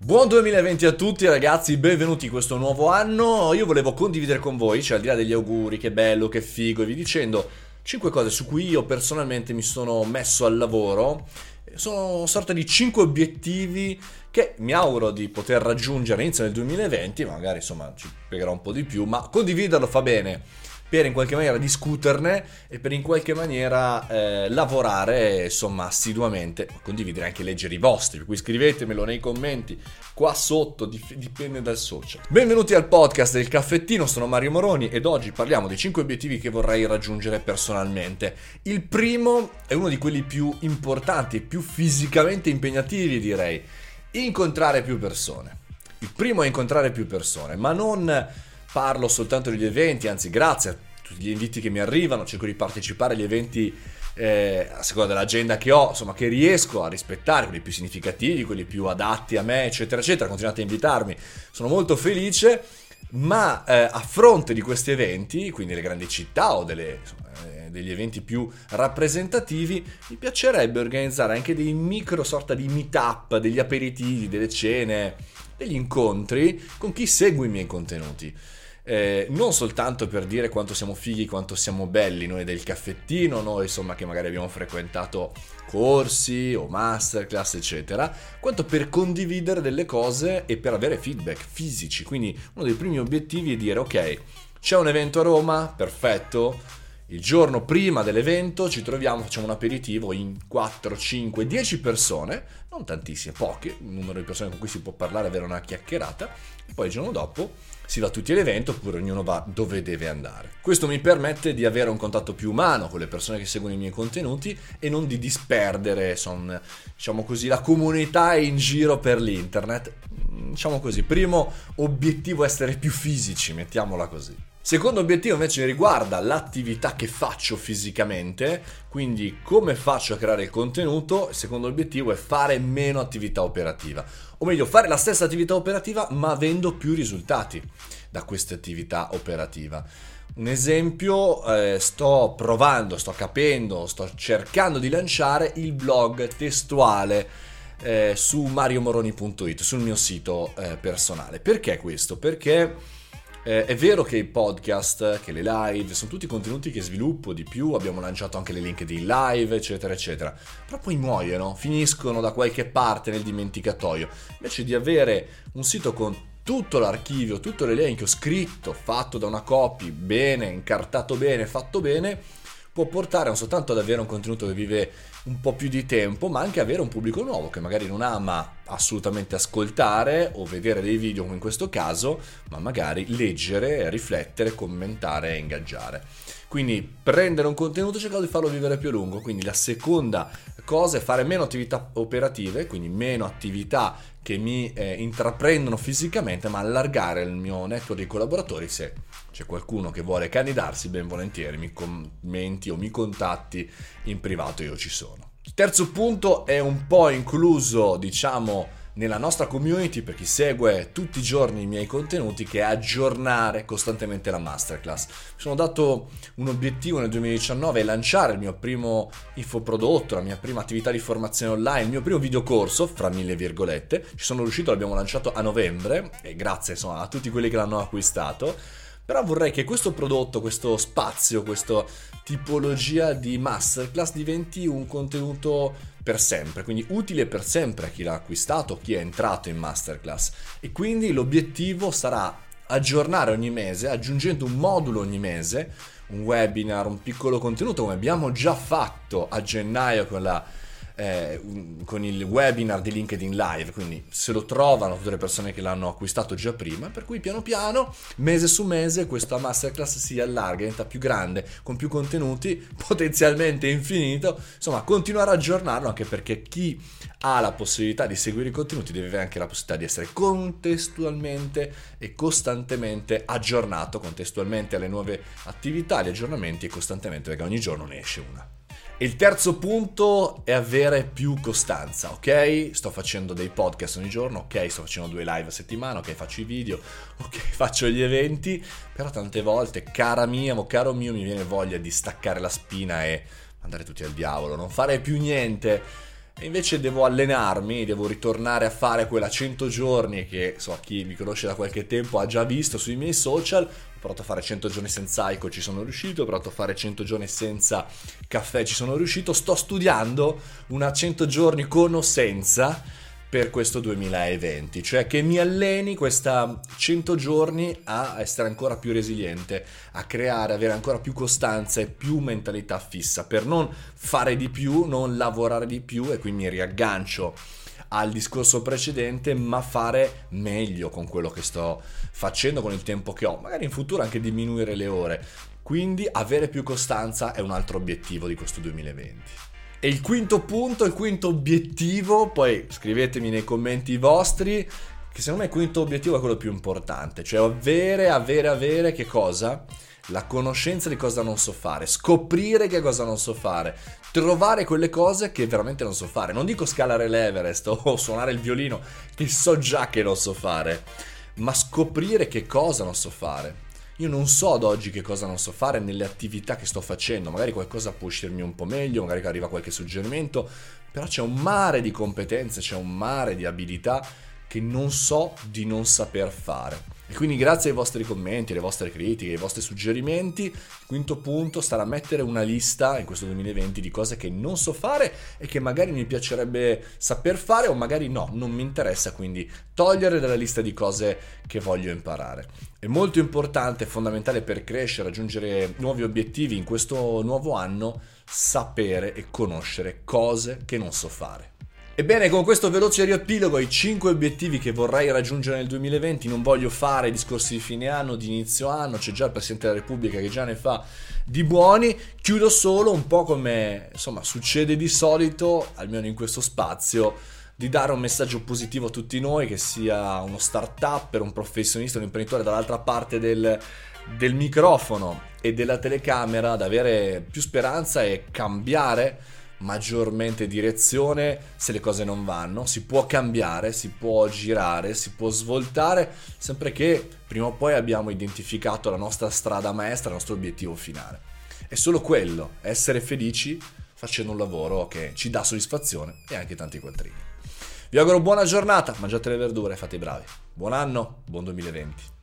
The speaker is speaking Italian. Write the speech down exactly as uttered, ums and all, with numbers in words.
Buon duemilaventi a tutti ragazzi, benvenuti in questo nuovo anno. Io volevo condividere con voi, cioè al di là degli auguri, che bello, che figo e vi dicendo, cinque cose su cui io personalmente mi sono messo al lavoro. Sono una sorta di cinque obiettivi che mi auguro di poter raggiungere all'inizio del duemilaventi, magari insomma ci spiegherò un po' di più, ma condividerlo fa bene per in qualche maniera discuterne e per in qualche maniera eh, lavorare insomma assiduamente, condividere anche leggere i vostri, per cui scrivetemelo nei commenti qua sotto, dif- dipende dal social. Benvenuti al podcast del caffettino, sono Mario Moroni ed oggi parliamo dei cinque obiettivi che vorrei raggiungere personalmente. Il primo è uno di quelli più importanti e più fisicamente impegnativi, direi, incontrare più persone. Il primo è incontrare più persone, ma non parlo soltanto degli eventi, anzi grazie a tutti gli inviti che mi arrivano, cerco di partecipare agli eventi eh, a seconda dell'agenda che ho, insomma che riesco a rispettare, quelli più significativi, quelli più adatti a me, eccetera, eccetera. Continuate a invitarmi, sono molto felice, ma eh, a fronte di questi eventi, quindi le grandi città o delle, insomma, eh, degli eventi più rappresentativi, mi piacerebbe organizzare anche dei micro sorta di meetup, degli aperitivi, delle cene, degli incontri con chi segue i miei contenuti. Eh, non soltanto per dire quanto siamo fighi, quanto siamo belli noi del caffettino, noi insomma che magari abbiamo frequentato corsi o masterclass eccetera, quanto per condividere delle cose e per avere feedback fisici. Quindi uno dei primi obiettivi è dire ok, c'è un evento a Roma, perfetto, il giorno prima dell'evento ci troviamo, facciamo un aperitivo in quattro, cinque, dieci persone, non tantissime, poche, il numero di persone con cui si può parlare, avere una chiacchierata, e poi il giorno dopo si va tutti all'evento oppure ognuno va dove deve andare. Questo mi permette di avere un contatto più umano con le persone che seguono i miei contenuti e non di disperdere, son, diciamo così, la comunità in giro per l'internet. Diciamo così, primo obiettivo è essere più fisici, mettiamola così. Secondo obiettivo invece riguarda l'attività che faccio fisicamente, quindi come faccio a creare il contenuto. Il secondo obiettivo è fare meno attività operativa, o meglio fare la stessa attività operativa ma avendo più risultati da questa attività operativa. Un esempio, eh, sto provando, sto capendo, sto cercando di lanciare il blog testuale eh, su mario moroni punto it, sul mio sito eh, personale. Perché questo? Perché Eh, è vero che i podcast, che le live, sono tutti contenuti che sviluppo di più, abbiamo lanciato anche le LinkedIn live, eccetera, eccetera, però poi muoiono, finiscono da qualche parte nel dimenticatoio. Invece di avere un sito con tutto l'archivio, tutto l'elenco scritto, fatto da una copy, bene, incartato bene, fatto bene, può portare non soltanto ad avere un contenuto che vive un po' più di tempo, ma anche avere un pubblico nuovo che magari non ama assolutamente ascoltare o vedere dei video come in questo caso, ma magari leggere, riflettere, commentare e ingaggiare. Quindi prendere un contenuto, cercare di farlo vivere più a lungo. Quindi la seconda cosa è fare meno attività operative, quindi meno attività che mi eh, intraprendono fisicamente, ma allargare il mio network di collaboratori. Se c'è qualcuno che vuole candidarsi, ben volentieri mi commenti o mi contatti in privato, io ci sono. Il terzo punto è un po' incluso, diciamo, nella nostra community, per chi segue tutti i giorni i miei contenuti, che è aggiornare costantemente la masterclass. Mi sono dato un obiettivo nel duemiladiciannove, lanciare il mio primo infoprodotto, la mia prima attività di formazione online, il mio primo videocorso, fra mille virgolette. Ci sono riuscito, l'abbiamo lanciato a novembre e grazie insomma a tutti quelli che l'hanno acquistato. Però vorrei che questo prodotto, questo spazio, questa tipologia di masterclass diventi un contenuto per sempre, quindi utile per sempre a chi l'ha acquistato, chi è entrato in masterclass. E quindi l'obiettivo sarà aggiornare ogni mese, aggiungendo un modulo ogni mese, un webinar, un piccolo contenuto, come abbiamo già fatto a gennaio con la Eh, con il webinar di LinkedIn Live, quindi se lo trovano tutte le persone che l'hanno acquistato già prima, per cui piano piano, mese su mese, questa masterclass si allarga, diventa più grande, con più contenuti, potenzialmente infinito, insomma continuare a aggiornarlo, anche perché chi ha la possibilità di seguire i contenuti deve avere anche la possibilità di essere contestualmente e costantemente aggiornato, contestualmente alle nuove attività, agli aggiornamenti e costantemente, perché ogni giorno ne esce una. Il terzo punto è avere più costanza, ok? Sto facendo dei podcast ogni giorno, ok? Sto facendo due live a settimana, ok? Faccio i video, ok? Faccio gli eventi, però tante volte, cara mia o caro mio, mi viene voglia di staccare la spina e andare tutti al diavolo, non fare più niente. E invece devo allenarmi, devo ritornare a fare quella cento giorni che, so, chi mi conosce da qualche tempo ha già visto sui miei social. Ho provato a fare cento giorni senza alcol, ci sono riuscito. Ho provato a fare cento giorni senza caffè, ci sono riuscito. Sto studiando una cento giorni con o senza per questo duemilaventi, cioè che mi alleni questa cento giorni a essere ancora più resiliente, a creare, avere ancora più costanza e più mentalità fissa, per non fare di più, non lavorare di più, e qui mi riaggancio al discorso precedente, ma fare meglio con quello che sto facendo, con il tempo che ho, magari in futuro anche diminuire le ore. Quindi avere più costanza è un altro obiettivo di questo duemilaventi. E il quinto punto, il quinto obiettivo, poi scrivetemi nei commenti i vostri, che secondo me il quinto obiettivo è quello più importante, cioè avere, avere, avere che cosa? La conoscenza di cosa non so fare, scoprire che cosa non so fare, trovare quelle cose che veramente non so fare. Non dico scalare l'Everest o suonare il violino, che so già che non so fare, ma scoprire che cosa non so fare. Io non so ad oggi che cosa non so fare nelle attività che sto facendo, magari qualcosa può uscirmi un po' meglio, magari arriva qualche suggerimento, però c'è un mare di competenze, c'è un mare di abilità che non so di non saper fare. E quindi grazie ai vostri commenti, alle vostre critiche, ai vostri suggerimenti, il quinto punto sarà mettere una lista in questo duemilaventi di cose che non so fare e che magari mi piacerebbe saper fare, o magari no, non mi interessa, quindi togliere dalla lista di cose che voglio imparare. È molto importante, fondamentale per crescere, raggiungere nuovi obiettivi in questo nuovo anno, sapere e conoscere cose che non so fare. Ebbene, con questo veloce riepilogo ai cinque obiettivi che vorrei raggiungere nel duemilaventi, non voglio fare discorsi di fine anno, di inizio anno, c'è già il Presidente della Repubblica che già ne fa di buoni. Chiudo solo un po' come, insomma, succede di solito, almeno in questo spazio, di dare un messaggio positivo a tutti noi, che sia uno start-up, un professionista, un imprenditore dall'altra parte del, del microfono e della telecamera, ad avere più speranza e cambiare maggiormente direzione se le cose non vanno. Si può cambiare, si può girare, si può svoltare, sempre che prima o poi abbiamo identificato la nostra strada maestra, il nostro obiettivo finale. È solo quello, essere felici facendo un lavoro che ci dà soddisfazione e anche tanti quattrini. Vi auguro buona giornata, mangiate le verdure, fate i bravi. Buon anno, buon duemilaventi.